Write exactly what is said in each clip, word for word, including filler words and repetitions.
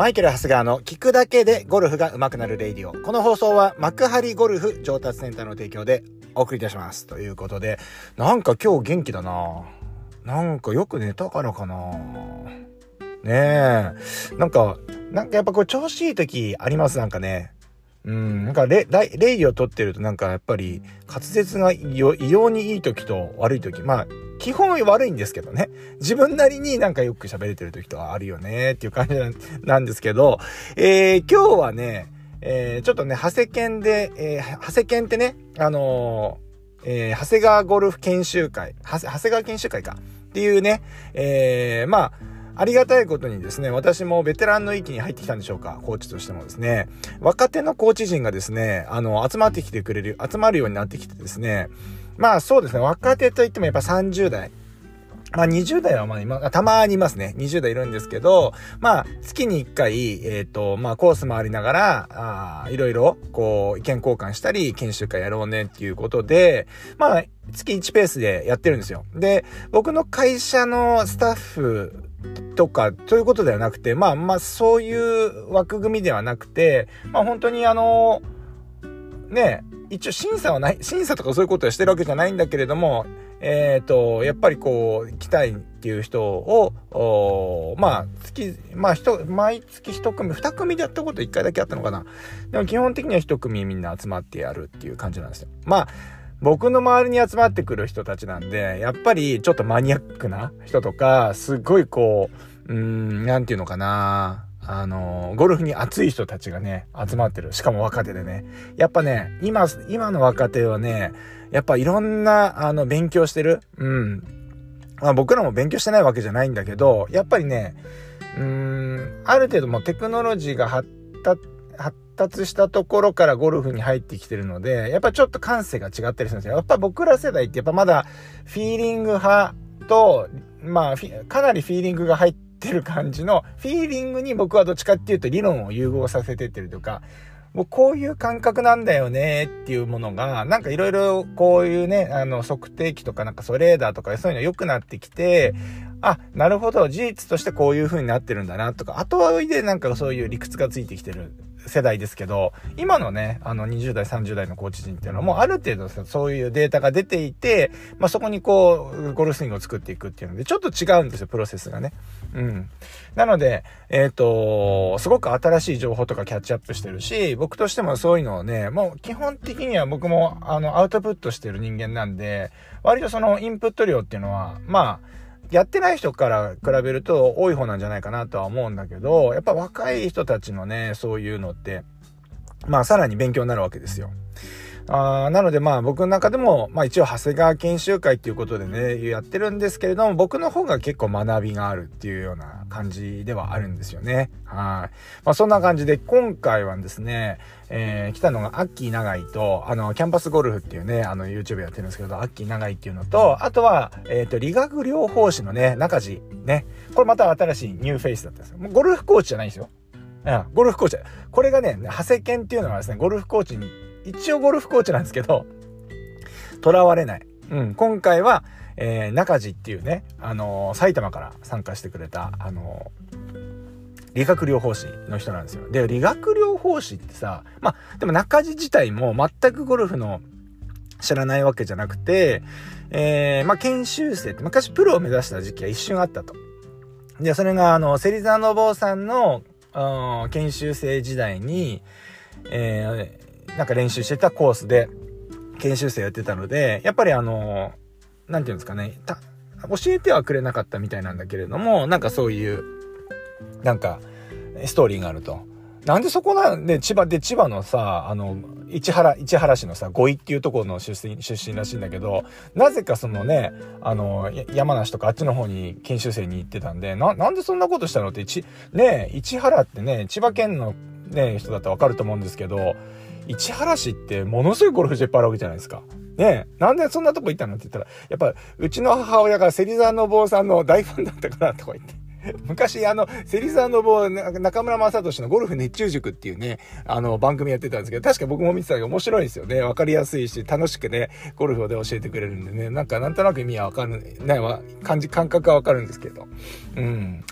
マイケル・ハスガーの聞くだけでゴルフが上手くなるレイディオ。この放送は幕張ゴルフ上達センターの提供でお送りいたします。ということで、なんか今日元気だな。なんかよく寝たからかな。ねえ。なんか、なんかやっぱこう調子いい時あります、なんかね。うん、なんかレ、レイディを撮ってるとなんかやっぱり滑舌が異様にいい時と悪い時。まあ、基本悪いんですけどね。自分なりになんかよく喋れてる時とかあるよねっていう感じなんですけど、えー、今日はね、えー、ちょっとね、長谷研で、えー、長谷研ってね、あのー、えー、長谷川ゴルフ研修会、長谷川研修会かっていうね、えー、まあ、ありがたいことにですね、私もベテランの域に入ってきたんでしょうか、コーチとしてもですね、若手のコーチ陣がですね、あの、集まってきてくれる、集まるようになってきてですね、まあそうですね、若手といってもやっぱさんじゅう代、まあにじゅう代はまあ今、たまにいますね。にじゅう代いるんですけど、まあ月にいっかい、えっと、まあコース回りながら、あいろいろ、こう、意見交換したり、研修会やろうねっていうことで、まあ月いちペースでやってるんですよ。で、僕の会社のスタッフとか、そういうことではなくて、まあまあそういう枠組みではなくて、まあ本当にあの、ね、一応審査はない、審査とかそういうことはしてるわけじゃないんだけれども、えっと、やっぱりこう、来たいっていう人を、まあ、月、まあ、人、毎月一組、二組でやったこと一回だけあったのかな。でも基本的には一組みんな集まってやるっていう感じなんですよ。まあ、僕の周りに集まってくる人たちなんで、やっぱりちょっとマニアックな人とか、すっごいこう、うーん、なんていうのかな。あの、ゴルフに熱い人たちがね、集まってる。しかも若手でね。やっぱね、今、今の若手はね、やっぱいろんな、あの、勉強してる。うん。まあ僕らも勉強してないわけじゃないんだけど、やっぱりね、うーん、ある程度もうテクノロジーが発達、発達したところからゴルフに入ってきてるので、やっぱちょっと感性が違ったりするんですよ。やっぱ僕ら世代ってやっぱまだフィーリング派と、まあ、かなりフィーリングが入っててる感じのフィーリングに僕はどっちかっていうと理論を融合させてってるとか、もうこういう感覚なんだよねっていうものがなんかいろいろこういうね、あの測定器とかなんかソレーダーとかそういうの良くなってきて、あ、なるほど、事実としてこういう風になってるんだなとか、後追いでなんかそういう理屈がついてきてる世代ですけど、今のね、あのにじゅう代さんじゅう代のコーチ陣っていうのはもうある程度そういうデータが出ていて、まあそこにこうゴルフスイングを作っていくっていうのでちょっと違うんですよ、プロセスがね。うん。なので、えっと、すごく新しい情報とかキャッチアップしてるし、僕としてもそういうのをね、もう基本的には僕もあのアウトプットしてる人間なんで、割とそのインプット量っていうのは、まあ、やってない人から比べると多い方なんじゃないかなとは思うんだけど、やっぱ若い人たちのね、そういうのって、まあさらに勉強になるわけですよ。あなのでまあ僕の中でも、まあ一応長谷川研修会っていうことでね、やってるんですけれども、僕の方が結構学びがあるっていうような感じではあるんですよね。はい。まあそんな感じで今回はですね、えー、来たのがアッキー長井と、あの、キャンパスゴルフっていうね、あの YouTube やってるんですけど、アッキー長井っていうのと、あとは、えっと、理学療法士のね、中地ね、これまた新しいニューフェイスだったんですよ。もうゴルフコーチじゃないんですよ。うん、ゴルフコーチ。これがね、長谷研っていうのはですね、ゴルフコーチに、一応ゴルフコーチなんですけど、囚われない。うん、今回は、えー、中地っていうね、あのー、埼玉から参加してくれた、あのー、理学療法士の人なんですよ。で、理学療法士ってさ、まあ、でも中地自体も全くゴルフの知らないわけじゃなくて、えー、まあ、研修生って、昔プロを目指した時期が一瞬あったと。で、それが、あの、芹沢の坊さんの、研修生時代に、えー、なんか練習してたコースで研修生やってたので、やっぱりあのなんていうんですかね、た教えてはくれなかったみたいなんだけれども、なんかそういうなんかストーリーがあると。なんでそこなんで、千葉で千葉のさ、あの市原市原市のさ五井っていうところの出身出身らしいんだけど、なぜかそのね、あの山梨とかあっちの方に研修生に行ってたんで、ななんでそんなことしたのってちね、市原ってね、千葉県のね人だったらわかると思うんですけど、市原市ってものすごいゴルフ場いっぱいあるわけじゃないですか。ねえ、なんでそんなとこ行ったのって言ったら、やっぱうちの母親が芹沢の坊さんの大ファンだったからとか言って。昔あの芹沢の坊、中村正俊のゴルフ熱中塾っていうね、あの番組やってたんですけど、確か僕も見てたけど面白いんですよね。わかりやすいし楽しくね、ゴルフで教えてくれるんでね、なんかなんとなく意味はわかるね、感じ感覚はわかるんですけど、うん。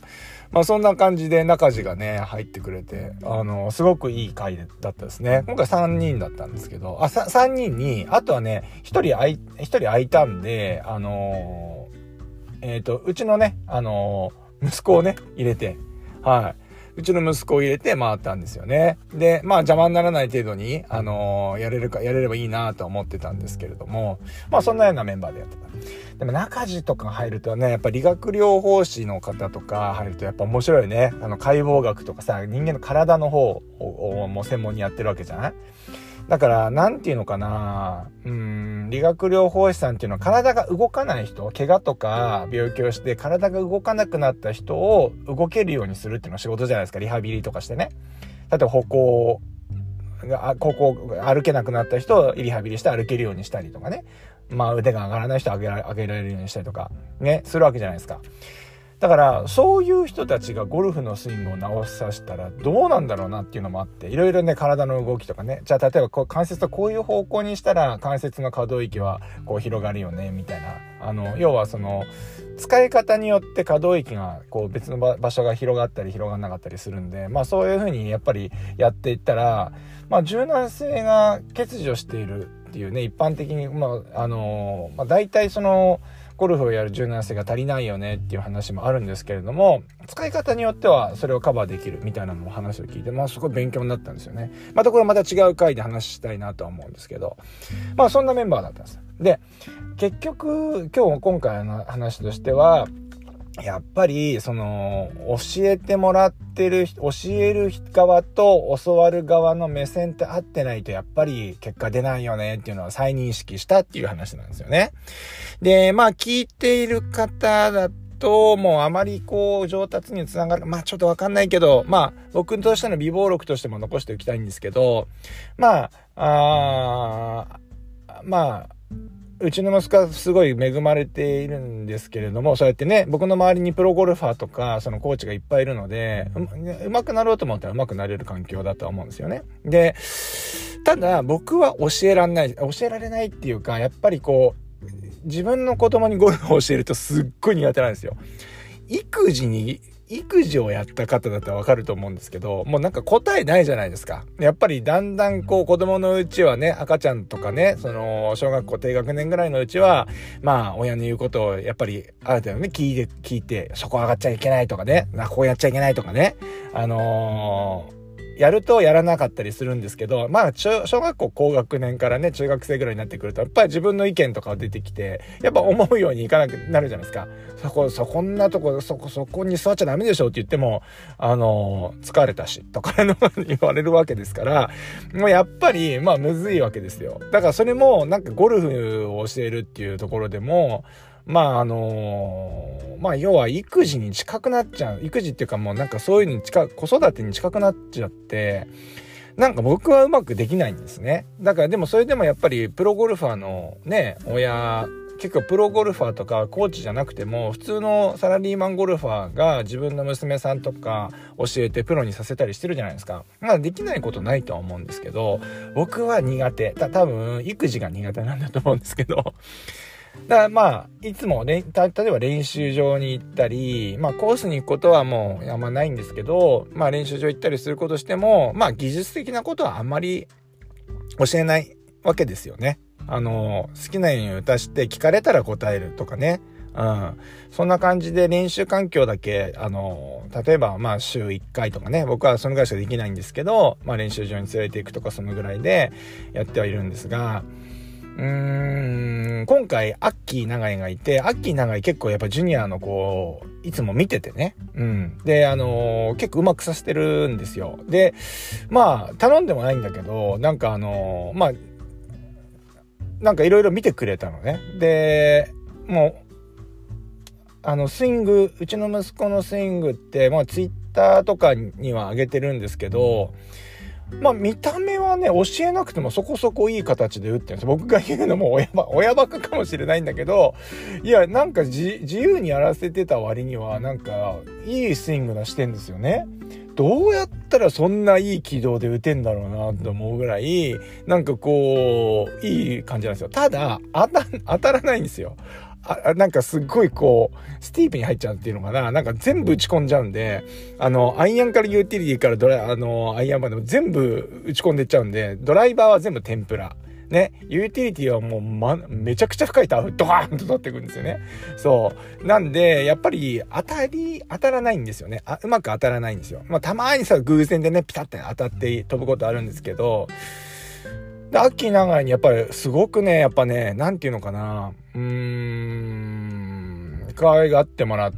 まあそんな感じで中地がね入ってくれて、あのすごくいい回だったですね。今回さんにんだったんですけど、あさんにんにあとはねひとり空いひとり空いたんで、あのー、えっとうちのねあのー、息子をね入れて、はいうちの息子を入れて回ったんですよね。でまあ邪魔にならない程度にあのー、やれるかやれればいいなと思ってたんですけれども、まあそんなようなメンバーでやってた。でも中地とか入るとね、やっぱ理学療法士の方とか入るとやっぱ面白いね。あの解剖学とかさ、人間の体の方をもう専門にやってるわけじゃない。だからなんていうのかな、うーん理学療法士さんっていうのは体が動かない人、怪我とか病気をして体が動かなくなった人を動けるようにするっていうのは仕事じゃないですか。リハビリとかしてね。例えば歩行がここ歩けなくなった人をリハビリして歩けるようにしたりとかね。まあ腕が上がらない人を上げられ、上げられるようにしたりとかねするわけじゃないですか。だからそういう人たちがゴルフのスイングを直させたらどうなんだろうなっていうのもあって、いろいろね体の動きとかね、じゃあ例えばこう関節とこういう方向にしたら関節の可動域はこう広がるよねみたいな、あの要はその使い方によって可動域がこう別の場所が広がったり広がらなかったりするんで、まあそういう風にやっぱりやっていったら、まあ柔軟性が欠如しているっていうね、一般的にまああのまあ大体そのゴルフをやる柔軟性が足りないよねっていう話もあるんですけれども、使い方によってはそれをカバーできるみたいなのも話を聞いて、まあすごい勉強になったんですよね。またこれまた違う回で話したいなとは思うんですけど、まあそんなメンバーだったんです。で結局今日今回の話としては、やっぱりその教えてもらってる教える側と教わる側の目線って合ってないとやっぱり結果出ないよねっていうのは再認識したっていう話なんですよね。でまあ聞いている方だともうあまりこう上達につながる、まあちょっとわかんないけど、まあ僕としての備忘録としても残しておきたいんですけど、まああまあうちの息子はすごい恵まれているんですけれども、そうやってね僕の周りにプロゴルファーとかそのコーチがいっぱいいるので、う、うまくなろうと思ったらうまくなれる環境だとは思うんですよね。でただ僕は教えられない教えられないっていうか、やっぱりこう自分の子供にゴルフを教えるとすっごい苦手なんですよ。育児に育児をやった方だったらわかると思うんですけど、もうなんか答えないじゃないですか。やっぱりだんだんこう子供のうちはね、赤ちゃんとかね、その小学校低学年ぐらいのうちはまあ親の言うことをやっぱりある程度ね聞いて聞いて、そこ上がっちゃいけないとかね、こうやっちゃいけないとかね、あのーやるとやらなかったりするんですけど、まあ小学校高学年からね中学生ぐらいになってくるとやっぱり自分の意見とかが出てきて、やっぱ思うようにいかなくなるじゃないですか。そこそこんなとこそこそこに座っちゃダメでしょって言っても、あの疲れたしとかの言われるわけですから、もうやっぱりまあむずいわけですよ。だからそれもなんかゴルフを教えるっていうところでも、まああのー、まあ要は育児に近くなっちゃう、育児っていうかもうなんかそういうのに近く、子育てに近くなっちゃって、なんか僕はうまくできないんですね。だからでもそれでもやっぱりプロゴルファーのね親、結構プロゴルファーとかコーチじゃなくても普通のサラリーマンゴルファーが自分の娘さんとか教えてプロにさせたりしてるじゃないですか。まあできないことないとは思うんですけど、僕は苦手、た多分育児が苦手なんだと思うんですけど、だからまあいつもね、た例えば練習場に行ったり、まあコースに行くことはもうあんまないんですけど、まあ練習場行ったりすることしても、まあ技術的なことはあんまり教えないわけですよね。あの好きなように打たして聞かれたら答えるとかね、うん、そんな感じで練習環境だけあの例えばまあ週いっかいとかね、僕はそのぐらいしかできないんですけど、まあ練習場に連れて行くとかそのぐらいでやってはいるんですが、うーん今回アッキー長井がいて、アッキー長井結構やっぱジュニアの子いつも見ててね、うんであのー、結構うまくさせてるんですよ。でまあ頼んでもないんだけど、なんかあのー、まあなんかいろいろ見てくれたのね。でもうあのスイング、うちの息子のスイングってまあツイッターとかには上げてるんですけど、まあ見た目はね教えなくてもそこそこいい形で打ってるんです。僕が言うのも親ば親バカかもしれないんだけど、いやなんか自由にやらせてた割にはなんかいいスイング出してんですよね。どうやったらそんないい軌道で打てんだろうなと思うぐらいなんかこういい感じなんですよ。ただ当た、当たらないんですよ。 あ、なんかすっごいこう、スティープに入っちゃうっていうのかな。なんか全部打ち込んじゃうんで、あの、アイアンからユーティリティからドラ、あの、アイアンまでも全部打ち込んでいっちゃうんで、ドライバーは全部天ぷら。ね、ユーティリティはもう、ま、めちゃくちゃ深いターフドカーンと取っていくんですよね。そう。なんで、やっぱり当たり、当たらないんですよね。あ、うまく当たらないんですよ。まあ、たまにさ、偶然でね、ピタって当たって飛ぶことあるんですけど、で、アッキー長いにやっぱりすごくね、やっぱね、なんていうのかな、うーん、可愛がってもらって、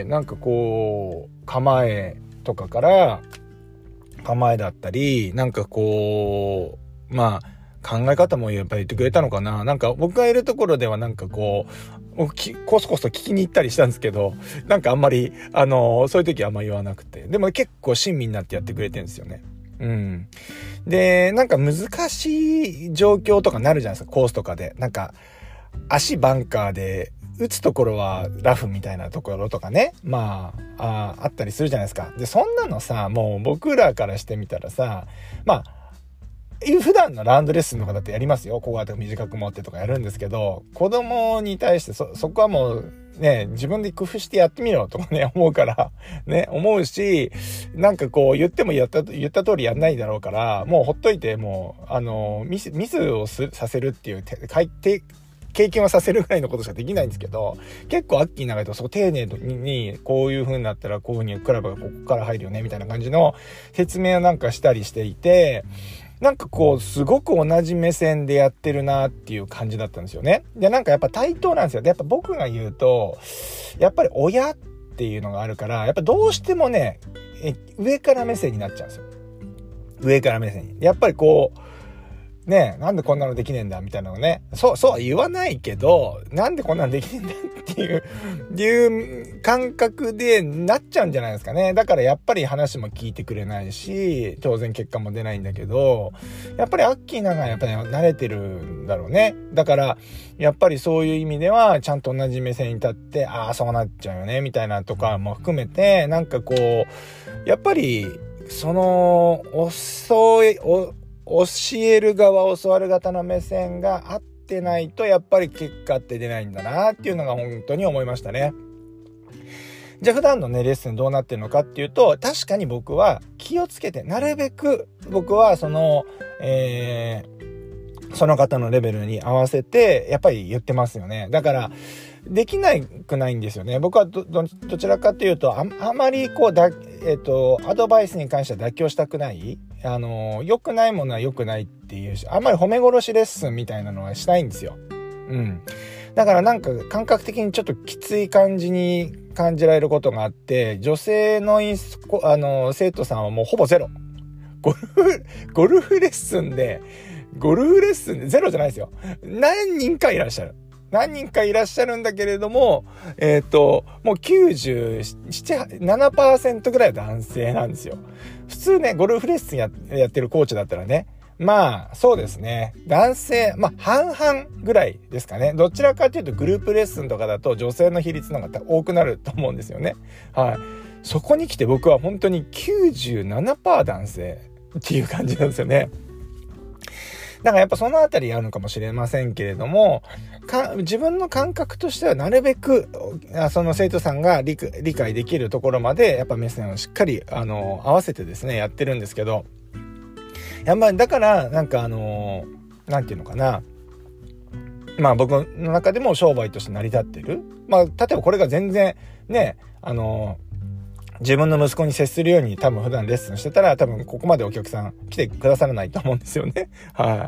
なんかこう、構えとかから、構えだったり、なんかこう、まあ、考え方もやっぱり言ってくれたのかな。なんか僕がいるところではなんかこう、コソコソ聞きに行ったりしたんですけど、なんかあんまり、あの、そういう時はあんま言わなくて。でも結構親身になってやってくれてるんですよね。うん。で、なんか難しい状況とかなるじゃないですか、コースとかで。なんか、足バンカーで、打つところはラフみたいなところとかね。まあ、あ、あったりするじゃないですか。で、そんなのさ、もう僕らからしてみたらさ、まあ、普段のラウンドレッスンとかだってやりますよ。ここは短く持ってとかやるんですけど、子供に対してそ、そこはもうね、自分で工夫してやってみろとかね、思うから、ね、思うし、なんかこう言ってもやった、言った通りやんないだろうから、もうほっといて、もう、あの、ミス、ミスをすさせるっていう、て、経験をさせるぐらいのことしかできないんですけど、結構アッキー長いとそう丁寧に、こういう風になったらこういう風にクラブがここから入るよね、みたいな感じの説明をなんかしたりしていて、なんかこうすごく同じ目線でやってるなっていう感じだったんですよね。で、なんかやっぱ対等なんですよ。で、やっぱ僕が言うと、やっぱり親っていうのがあるから、やっぱどうしてもね、え上から目線になっちゃうんですよ。上から目線に。やっぱりこう、ねえ、なんでこんなのできねえんだみたいなのね。そう、そうは言わないけど、なんでこんなのできねえんだっていう、いう感覚でなっちゃうんじゃないですかね。だからやっぱり話も聞いてくれないし、当然結果も出ないんだけど、やっぱりアッキーなんかやっぱり慣れてるんだろうね。だから、やっぱりそういう意味では、ちゃんと同じ目線に立って、ああ、そうなっちゃうよね、みたいなとかも含めて、なんかこう、やっぱり、その、遅い、お教える側、教わる方の目線が合ってないとやっぱり結果って出ないんだなっていうのが本当に思いましたね。じゃあ普段のねレッスンどうなってるのかっていうと、確かに僕は気をつけて、なるべく僕はその、えー、その方のレベルに合わせてやっぱり言ってますよね。だからできなくないんですよね。僕は ど, ど, どちらかというと あ, あまりこうだ、えっとアドバイスに関しては妥協したくない。あの良くないものは良くないっていうし、あんまり褒め殺しレッスンみたいなのはしたいんですよ。うん。だからなんか感覚的にちょっときつい感じに感じられることがあって、女性のインスコあの生徒さんはもうほぼゼロ。ゴルフゴルフレッスンでゴルフレッスンでゼロじゃないですよ。何人かいらっしゃる。何人かいらっしゃるんだけれども、えっと、もうきゅうじゅうななパーセントぐらい男性なんですよ。普通ね、ゴルフレッスン や, やってるコーチだったらね、まあ、そうですね。男性、まあ、半々ぐらいですかね。どちらかというと、グループレッスンとかだと女性の比率の方が多くなると思うんですよね。はい。そこに来て僕は本当に きゅうじゅうななパーセント 男性っていう感じなんですよね。だからやっぱそのあたりあるのかもしれませんけれども、か自分の感覚としてはなるべくその生徒さんが 理, 理解できるところまでやっぱ目線をしっかりあの合わせてですねやってるんですけど、やっぱりだからなんかあのなんていうのかな、まあ僕の中でも商売として成り立ってる。まあ例えばこれが全然ねあの自分の息子に接するように多分普段レッスンしてたら多分ここまでお客さん来てくださらないと思うんですよね。はい。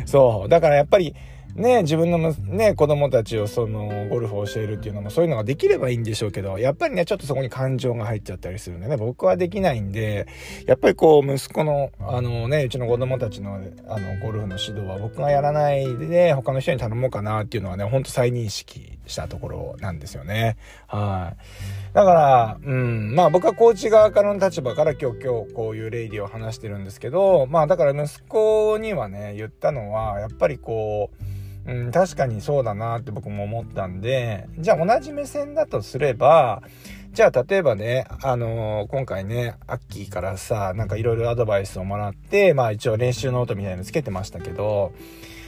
そう。だからやっぱりね、自分のね、子供たちをそのゴルフを教えるっていうのもそういうのができればいいんでしょうけど、やっぱりね、ちょっとそこに感情が入っちゃったりするんでね、僕はできないんで、やっぱりこう息子のあのね、うちの子供たちのあのゴルフの指導は僕がやらないで他の人に頼もうかなっていうのはね、ほんと再認識したところなんですよね。はい。だから、うん、まあ僕はコーチ側からの立場から今日今日こういうレイディを話してるんですけど、まあだから息子にはね、言ったのは、やっぱりこう、うん、確かにそうだなって僕も思ったんで、じゃあ同じ目線だとすれば、じゃあ例えばね、あのー、今回ね、アッキーからさ、なんかいろいろアドバイスをもらって、まあ一応練習ノートみたいなのつけてましたけど、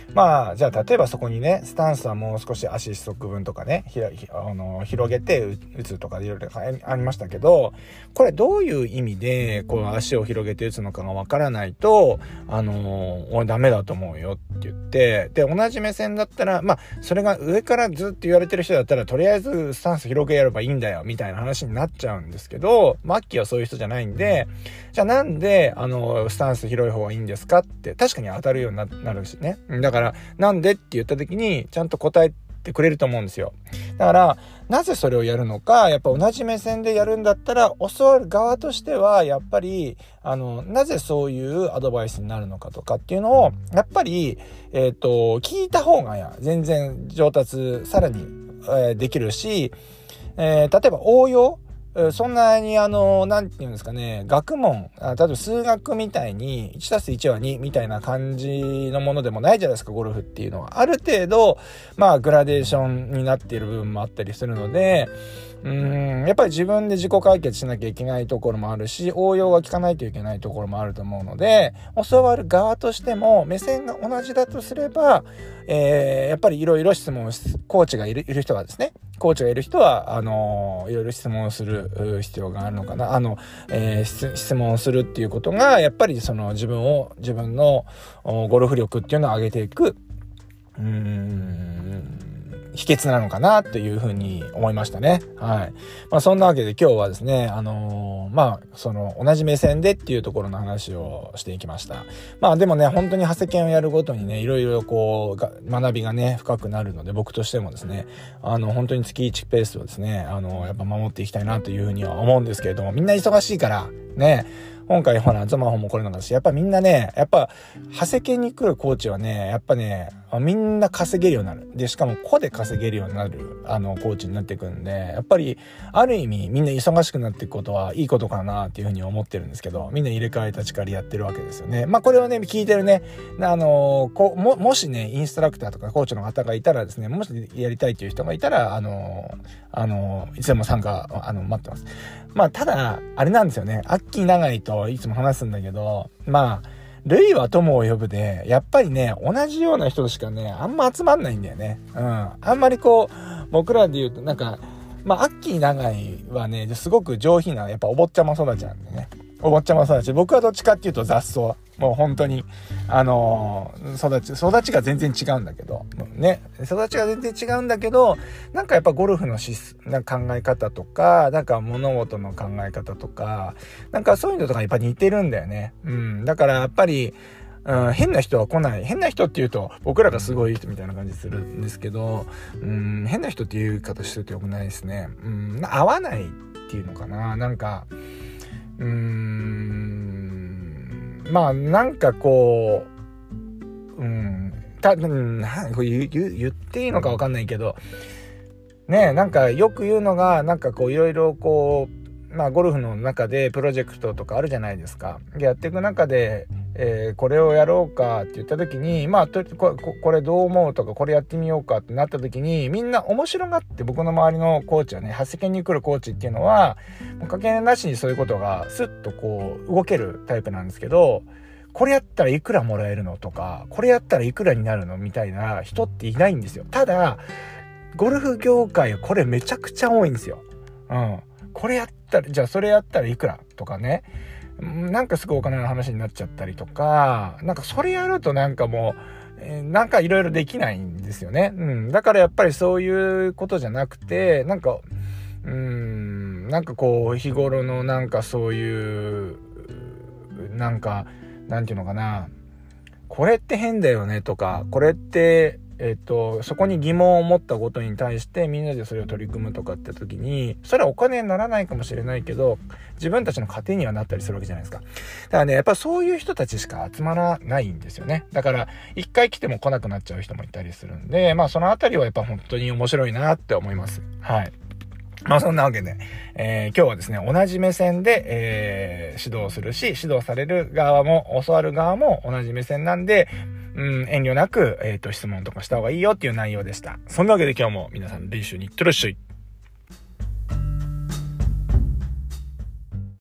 まあ、じゃあ例えばそこにね、スタンスはもう少し足一足分とかね、ひらひあの広げて打つとかいろいろありましたけど、これどういう意味でこう足を広げて打つのかがわからないと、あの俺ダメだと思うよって言って、で、同じ目線だったら、まあ、それが上からずっと言われてる人だったら、とりあえずスタンス広げやればいいんだよ、みたいな話になっちゃうんですけど、マッキーはそういう人じゃないんで、じゃあなんで、あの、スタンス広い方がいいんですかって、確かに当たるようになるしね。だから、なんでって言った時に、ちゃんと答えてくれると思うんですよ。だから、なぜそれをやるのか、やっぱ同じ目線でやるんだったら、教わる側としては、やっぱり、あの、なぜそういうアドバイスになるのかとかっていうのを、やっぱり、えっと、聞いた方がや、全然上達、さらに、えー、できるし、えー、例えば応用、そんなにあの、なんていうんですかね、学問、あ例えば数学みたいに いちたすいち はにみたいな感じのものでもないじゃないですか、ゴルフっていうのは。ある程度、まあグラデーションになっている部分もあったりするので、うーん、やっぱり自分で自己解決しなきゃいけないところもあるし、応用が効かないといけないところもあると思うので、教わる側としても目線が同じだとすれば、えー、やっぱりいろいろ質問、コーチがいる、いる人がですね、コーチがいる人は、あの、いろいろ質問する必要があるのかな。あの、えー、質問するっていうことが、やっぱりその自分を、自分のゴルフ力っていうのを上げていく、うーん、秘訣なのかなというふうに思いましたね。はい。まあそんなわけで今日はですね、あのー、まあその同じ目線でっていうところの話をしていきました。まあでもね、本当に長谷研をやるごとにね、いろいろこう学びがね、深くなるので、僕としてもですね、あの本当に月いちペースをですね、あのやっぱ守っていきたいなというふうには思うんですけれども、みんな忙しいからね、今回ほらゾマホンも来れなかったし、やっぱみんなね、やっぱ長谷研に来るコーチはね、やっぱね、みんな稼げるようになる。で、しかも個で稼げるようになるあのコーチになっていくんで、やっぱりある意味みんな忙しくなっていくことはいいことかなっていうふうに思ってるんですけど、みんな入れ替え立ち替わりやってるわけですよね。まあこれをね聞いてるね、あのこももしねインストラクターとかコーチの方がいたらですね、もしやりたいという人がいたらあのあのいつでも参加あの待ってます。まあただあれなんですよね、アッキー長いといつも話すんだけど、まあ類は友を呼ぶで、やっぱりね、同じような人しかね、あんま集まんないんだよね。うん。あんまりこう、僕らで言うと、なんか、まあ、アッキー長井はね、すごく上品な、やっぱお坊ちゃま育ちなんでね。お坊ちゃま育ち。僕はどっちかっていうと雑草。もう本当に、あのー、育ち、育ちが全然違うんだけど、ね、育ちが全然違うんだけど、なんかやっぱゴルフのしなんか考え方とか、なんか物事の考え方とか、なんかそういうのとかやっぱ似てるんだよね。うん。だからやっぱり、うん、変な人は来ない。変な人っていうと、僕らがすごい人みたいな感じするんですけど、うん、変な人っていう言い方してるとよくないですね。うん、合わないっていうのかな。なんか、うーん、まあなんかこう、うん、たぶん言, 言, 言っていいのか分かんないけどね、なんかよく言うのが、なんかこういろいろこう、まあゴルフの中でプロジェクトとかあるじゃないですか。でやっていく中で、えー、これをやろうかって言った時に、まあとここれどう思うとか、これやってみようかってなった時に、みんな面白がって、僕の周りのコーチはね、長谷研に来るコーチっていうのはもう掛けなしにそういうことがスッとこう動けるタイプなんですけど、これやったらいくらもらえるのとか、これやったらいくらになるのみたいな人っていないんですよ。ただゴルフ業界はこれめちゃくちゃ多いんですよ。うん。これやったら、じゃあそれやったらいくらとかね。なんかすぐお金の話になっちゃったりとか、なんかそれやるとなんかもう、えー、なんかいろいろできないんですよね。うん。だからやっぱりそういうことじゃなくて、なんか、うーん、なんかこう日頃のなんかそういう、なんか、なんていうのかな。これって変だよねとか、これって、えっと、そこに疑問を持ったことに対してみんなでそれを取り組むとかって時に、それはお金にならないかもしれないけど、自分たちの糧にはなったりするわけじゃないですか。だからね、やっぱそういう人たちしか集まらないんですよね。だから一回来ても来なくなっちゃう人もいたりするんで、まあそのあたりはやっぱ本当に面白いなって思います。はい。まあそんなわけで、えー、今日はですね、同じ目線で、えー、指導するし、指導される側も教わる側も同じ目線なんで、うん、遠慮なく、えっと、質問とかした方がいいよっていう内容でした。そんなわけで今日も皆さん練習に行ってらっしゃい。